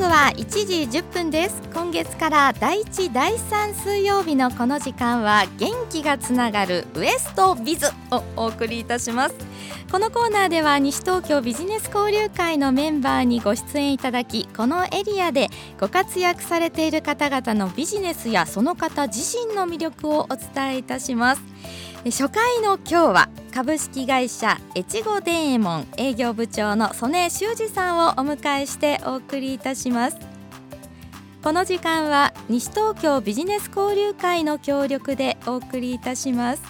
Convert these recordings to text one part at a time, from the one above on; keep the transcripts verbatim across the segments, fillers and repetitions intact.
はいちじじゅっぷんです。今月からだいいちだいさん水曜日のこの時間は元気がつながるウエストビズをお送りいたします。このコーナーでは西東京ビジネス交流会のメンバーにご出演いただき、このエリアでご活躍されている方々のビジネスやその方自身の魅力をお伝えいたします。初回の今日は株式会社越後デーモン営業部長の曽根修二さんをお迎えしてお送りいたします。この時間は西東京ビジネス交流会の協力でお送りいたします。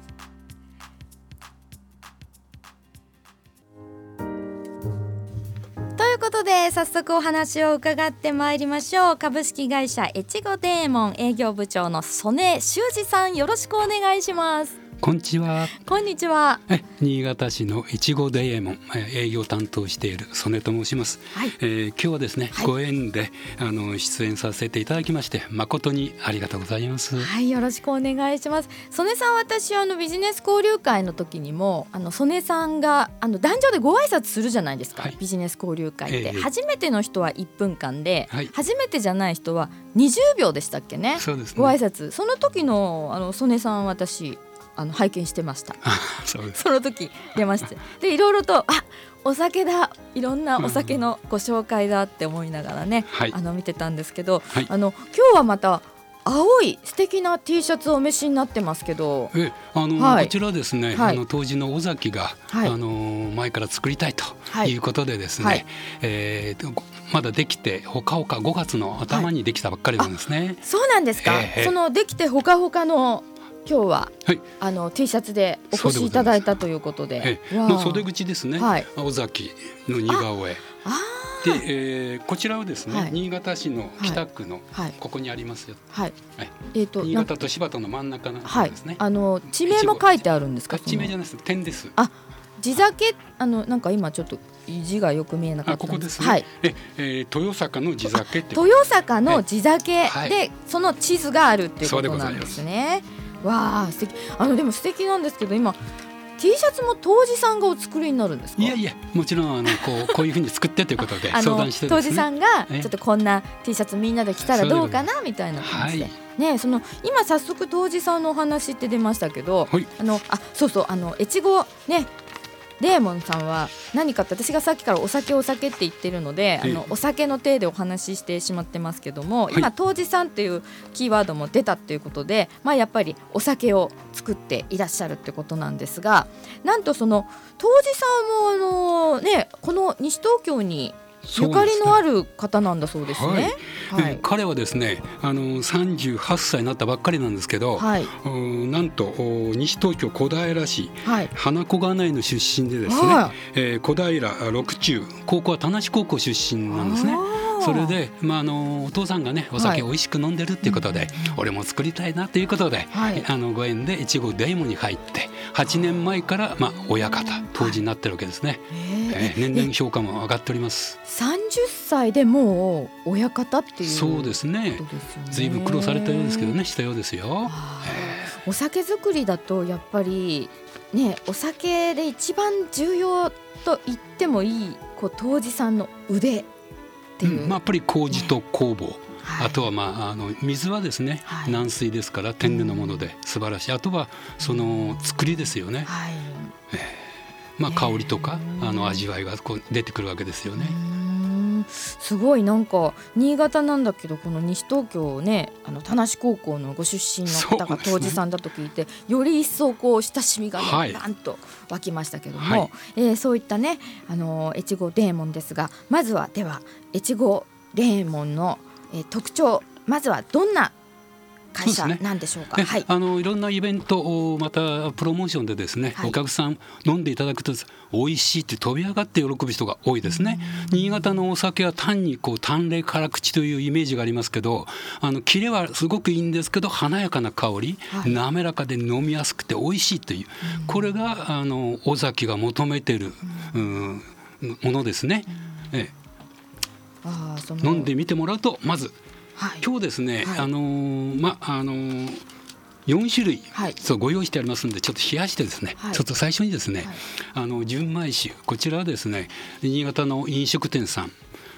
ということで早速お話を伺ってまいりましょう。株式会社越後デーモン営業部長の曽根修二さん、よろしくお願いします。 こんにちは。 こんにちは。 え新潟市の越後デーモン営業担当している曽根と申します、はい。えー、今日はですね、はい、ご縁であの出演させていただきまして誠にありがとうございます。 はい、よろしくお願いします。曽根さん、私あのビジネス交流会の時にもあの曽根さんがあの壇上でご挨拶するじゃないですか、はい、ビジネス交流会って、えー、初めての人はいっぷんかんで、はい、初めてじゃない人はにじゅうびょうでしたっけね。 そうですね。 ご挨拶、その時のあの曽根さん、私あの拝見してました。 そうです。 その時出ましてでいろいろとあお酒だ、いろんなお酒のご紹介だって思いながらね、うん、あの見てたんですけど、はい、あの今日はまた青い素敵な T シャツをお召しになってますけど、 えあの、はい、こちらですね、はい、あの当時の尾崎が、はい、あの前から作りたいということでですね、はい、えー、まだできてほかほかごがつの頭にできたばっかりなんですね、はい、 そうなんですか、えー、そのできてほかほかの今日は、はい、あの T シャツでお越しいただいたということで、 えの袖口ですね、はい、尾崎の似顔絵で、えー、こちらはですね、はい、新潟市の北区の、はい、ここにありますよ、はいはい、えー、と新潟と柴田の真ん中なんですね、 はい、あの地名も書いてあるんですか。 地名じゃないです、点です。 あ、地酒、あのなんか今ちょっと字がよく見えなかったんです。 あ、ここですね、 はい、 ええー、豊坂の地酒って、 豊坂の地酒、 はい、 でその地図があるっていうことなんですね。わあ、素敵。あのでも素敵なんですけど、今 T シャツも杜氏さんがお作りになるんですか。 いやいや、もちろんあのこうこういうふうに作ってということで相談してですね、 杜氏さんがちょっとこんな T シャツみんなで着たらどうかなみたいな感じで、はい、ね、その今早速杜氏さんのお話って出ましたけど、はい、あのあそうそう、あの越後ねデーモンさんは何かって、私がさっきからお酒お酒って言ってるので、あのお酒の体でお話ししてしまってますけども、今杜氏さんっていうキーワードも出たっていうことで、まあ、やっぱりお酒を作っていらっしゃるってことなんですが、なんとその杜氏さんもあの、ね、この西東京にゆかりのある方なんだそうですね。 はいはい、彼はですね、あのさんじゅうはっさいになったばっかりなんですけど、はい、なんと西東京小平市、はい、花子金井の出身でですね、えー、小平六中高校は田無高校出身なんですね。それで、まあ、あのお父さんがねお酒を美味しく飲んでるっていうことで、はい、俺も作りたいなということで、はい、あのご縁で越後デーモンに入ってはちねんまえから、まあ、親方杜氏になってるわけですね。えー、年々評価も上がっております。 さんじゅっさいでもう親方っていう、 そうですね、ずいぶん苦労されたようですけどね、したようですよ。 えー、お酒作りだとやっぱりね、お酒で一番重要と言ってもいいこう杜氏さんの腕っていう、 うん、まあ、やっぱり麹と酵母、ね、はい、あとは、まあ、あの水はですね、はい、軟水ですから天然のもので素晴らしい。あとはその作りですよね、はい、えーまあ、香りとかあの味わいがこう出てくるわけですよね。 うーん、すごい、なんか新潟なんだけどこの西東京ね、あの田無高校のご出身の方が杜氏さんだと聞いて、ね、より一層こう親しみがね、はい、バンと湧きましたけども、はい、えー、そういったね、あの越後デーモンですが、まずはでは越後デーモンの、えー、特徴、まずはどんな会社なんでしょうか。 う、はい、あのいろんなイベント、またプロモーションでですね、はい、お客さん飲んでいただくと美味しいって飛び上がって喜ぶ人が多いですね。新潟のお酒は単にこう淡麗辛口というイメージがありますけど、あのキレはすごくいいんですけど華やかな香り、はい、滑らかで飲みやすくて美味しいという、これがあの尾崎が求めている、うん、ものですね。ええ、あ、その飲んでみてもらうとまず、はい、今日ですね、はい、あのー、まあのー、よんしゅるい、はい、そうご用意してありますのでちょっと冷やしてですね、はい、ちょっと最初にですね、はい、あの純米酒、こちらはですね新潟の飲食店さん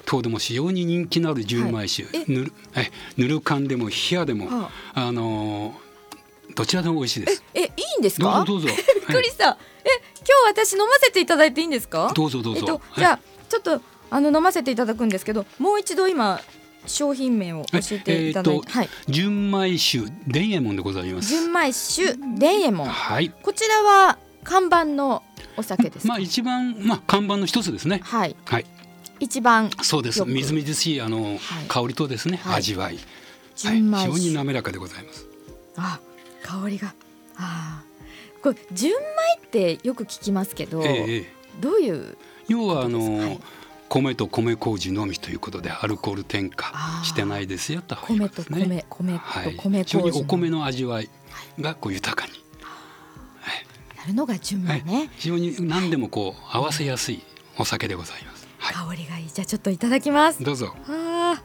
等でも非常に人気のある純米酒、はい、ぬるえぬる燗でも冷やでも、はあ、あのどちらでも美味しいです。 ええいいんですか？ どうぞどうぞ。 びっくりした、はい、え今日私飲ませていただいていいんですか？ どうぞどうぞ、 えっとはい、 じゃあちょっとあの飲ませていただくんですけど、もう一度今商品名を教えていただいて、えーはい、純米酒伝右衛門でございます。 純米酒伝右衛門、 はい、 こちらは看板のお酒ですか？ まあ一番、まあ、看板の一つですね。 はい、 はい、 一番そうです。みずみずしいあの、はい、香りとですね、はい、味わい、純米酒、はい、非常に滑らかでございます。 あ、香りがあこれ純米ってよく聞きますけど、ええ、どういう要はあの、はい、米と米麹のみということでアルコール添加してないですよと、 米と米、米と米麹、はい、 非常にお米の味わいがこう豊かに、 はい、なるのが純米ね、はい、 非常に何でもこう合わせやすいお酒でございます、 はい、香りがいい。じゃあちょっといただきます。 どうぞ。 あ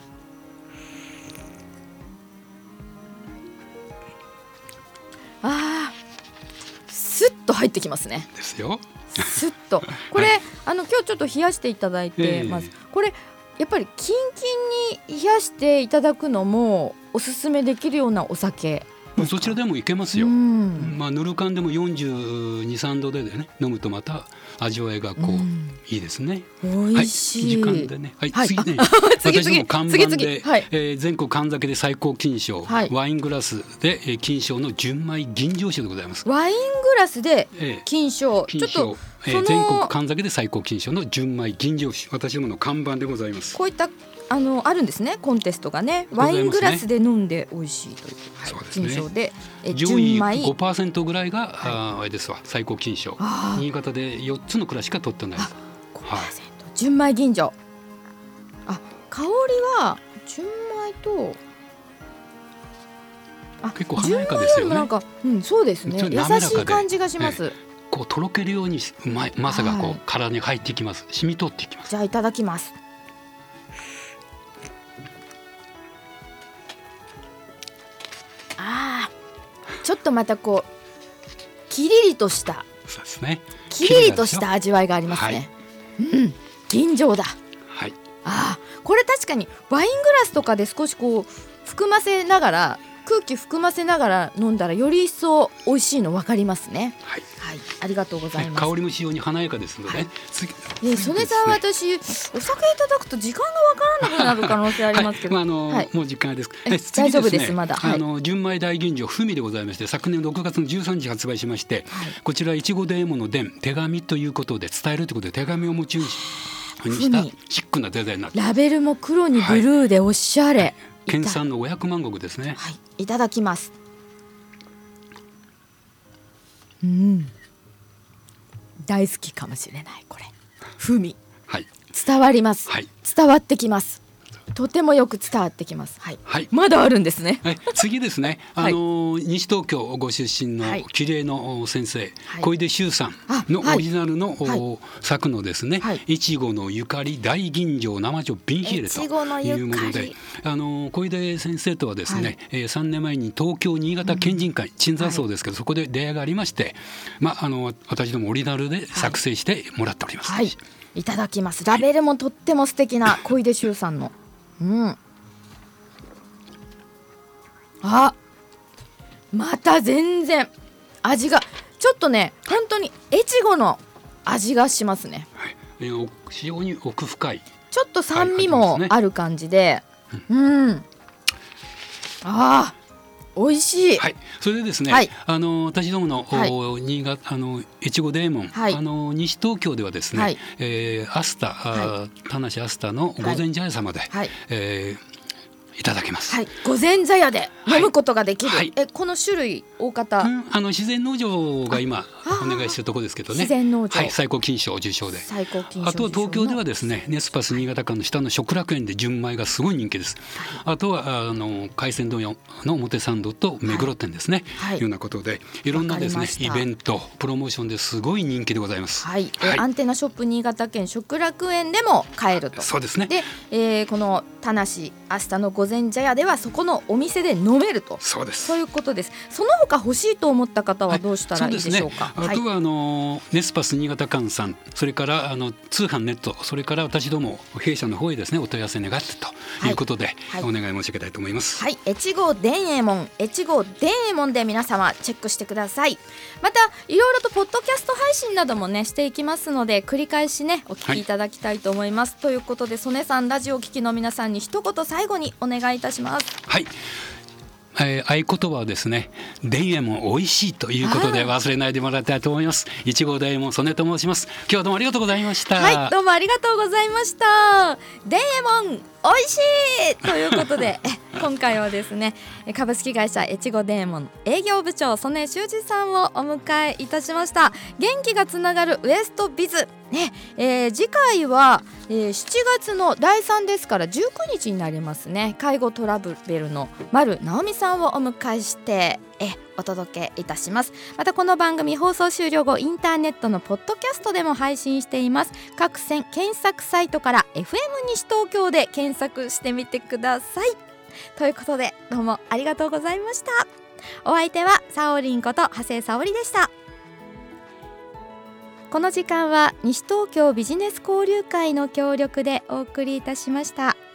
あスッと入ってきますね。 ですよ。 スッとこれ、はい、あの今日ちょっと冷やしていただいてます、えー、これやっぱりキンキンに冷やしていただくのもおすすめできるようなお酒ですか？ そちらでもいけますよ、まあ、ぬる燗でもよんじゅうに、さんどで、ね、飲むとまた味わいがこう、うん、いいですね。 おいしい、 はい、時間でね、はいはい、 次ね次私ども看板で次々、はい、 えー、全国燗酒で最高金賞、はい、ワイングラスで、えー、金賞の純米吟醸酒でございます。 ワイングラスで金賞、えー、金賞ちょっとえー、全国燗酒で最高金賞の純米吟醸酒、私どもの看板でございます。 こういったあのあるんですね、コンテストがね。ワイングラスで飲んで美味しいという、はい、そうですね、金賞でえ上位 ごパーセント ぐらいが、はい、あ, あれですわ最高金賞。新潟でよっつの蔵しか取ってないです。 ごパーセント、はい、純米吟醸。あ、香りは純米とあ結構華やかですよね。 なんか、うん、そうですね、優しい感じがします、ええ、 こうとろけるようにうまいまさがこう、はい、体に入っていきます。染み通っていきます。 じゃあいただきます。あーちょっとまたこうキリリとした、 そうですね、 キリリとした味わいがありますね、はい、うん、吟醸だ、 はい、 あこれ確かにワイングラスとかで少しこう含ませながら空気含ませながら飲んだらより一層美味しいの分かりますね。はい、はい、ありがとうございます。 香りも非常に華やかですので、ね、はい、 えー、曽根さん、私お酒いただくと時間が分からなくなる可能性ありますけど、はい、まああのはい、もう時間です。 ええ大丈夫です、まだ、 はい、あの純米大吟醸文でございまして、昨年ろくがつのじゅうさんにち発売しまして、はい、こちらいちご伝右衛門の伝手紙ということで伝えるということで手紙をモチーフにしたシックなデザインになって、 ラベルも黒にブルーでおしゃれ、はい、 県産のごひゃくまん石ですね。 はい、いただきます。うん、大好きかもしれない。これ風味、はい、伝わります、はい、伝わってきます。とてもよく伝わってきます、はいはい、まだあるんですね、 はい、次ですね、あの、はい、西東京ご出身の綺麗の先生、はい、小出修さんのオリジナルの、はい、作のですね、はい、いちごのゆかり大吟醸生醸瓶冷えというもので、あの小出先生とはですね、はい、えー、さんねんまえに東京新潟県人会、うん、椿山荘ですけど、はい、そこで出会いがありまして、まあ、あの私どもオリジナルで作成してもらっております、はいはい、 いただきます。ラベルもとっても素敵な小出修さんのうん、あ、また全然味がちょっとね、本当に越後の味がしますね、 はい、えー、非常に奥深い、 ちょっと酸味もある感じで、うん、うん、あー美味しい、 はい、それでですね、はい、あの私どもの、はい、新潟あの越後伝右衛門、はい、あの西東京ではですね、はい、えー、アスタ、はい、田無アスタの御前茶屋様で、はい、えーいただけます、 はい、御前茶屋で飲むことができる、はい、えこの種類大方、 うん、あの自然農場が今お願いしてるところですけどね、 自然農場、 はい、最高金賞受賞で、 最高金賞受賞の、 あとは東京ではですねネスパス新潟間の下の食楽園で純米がすごい人気です、はい、あとはあの海鮮問屋の表参道と目黒店ですね、はい、いうようなことでいろんなですねイベントプロモーションですごい人気でございます、 はいはい、アンテナショップ新潟県食楽園でも買えると、 そうですね、 で、えー、この田無アスタの御前茶屋ではそこのお店で飲めると。 そうです。 そういうことです。その他欲しいと思った方はどうしたらいいでしょうか。 はい、そうですね、あとはあのネスパス新潟館さん、それからあの通販ネット、それから私ども弊社の方へですねお問い合わせ願ってということで、はいはい、お願い申し上げたいと思います。 はい、越後伝右衛門、越後伝右衛門で皆様チェックしてください。またいろいろとポッドキャスト配信などもねしていきますので、繰り返しねお聞きいただきたいと思います。はい、ということで曽根さん、ラジオを聞きの皆さんに一言最後にお願いいたします。 はい、えー、合言葉はですね、伝右衛門おいしいということで忘れないでもらいたいと思います。一号伝右衛門曽根と申します。今日はどうもありがとうございました。 はい、どうもありがとうございました。伝右衛門おいしいということで今回はですね、株式会社越後伝右衛門営業部長曽根修二さんをお迎えいたしました。元気がつながるウエストビズね、えー、次回は、えー、しちがつのだいさんですからじゅうくにちになりますね。介護トラベルの丸直美さんをお迎えしてえお届けいたします。またこの番組放送終了後インターネットのポッドキャストでも配信しています。各線検索サイトから エフエム 西東京で検索してみてください。ということでどうもありがとうございました。お相手はさおりんこと長谷沙織でした。この時間は西東京ビジネス交流会の協力でお送りいたしました。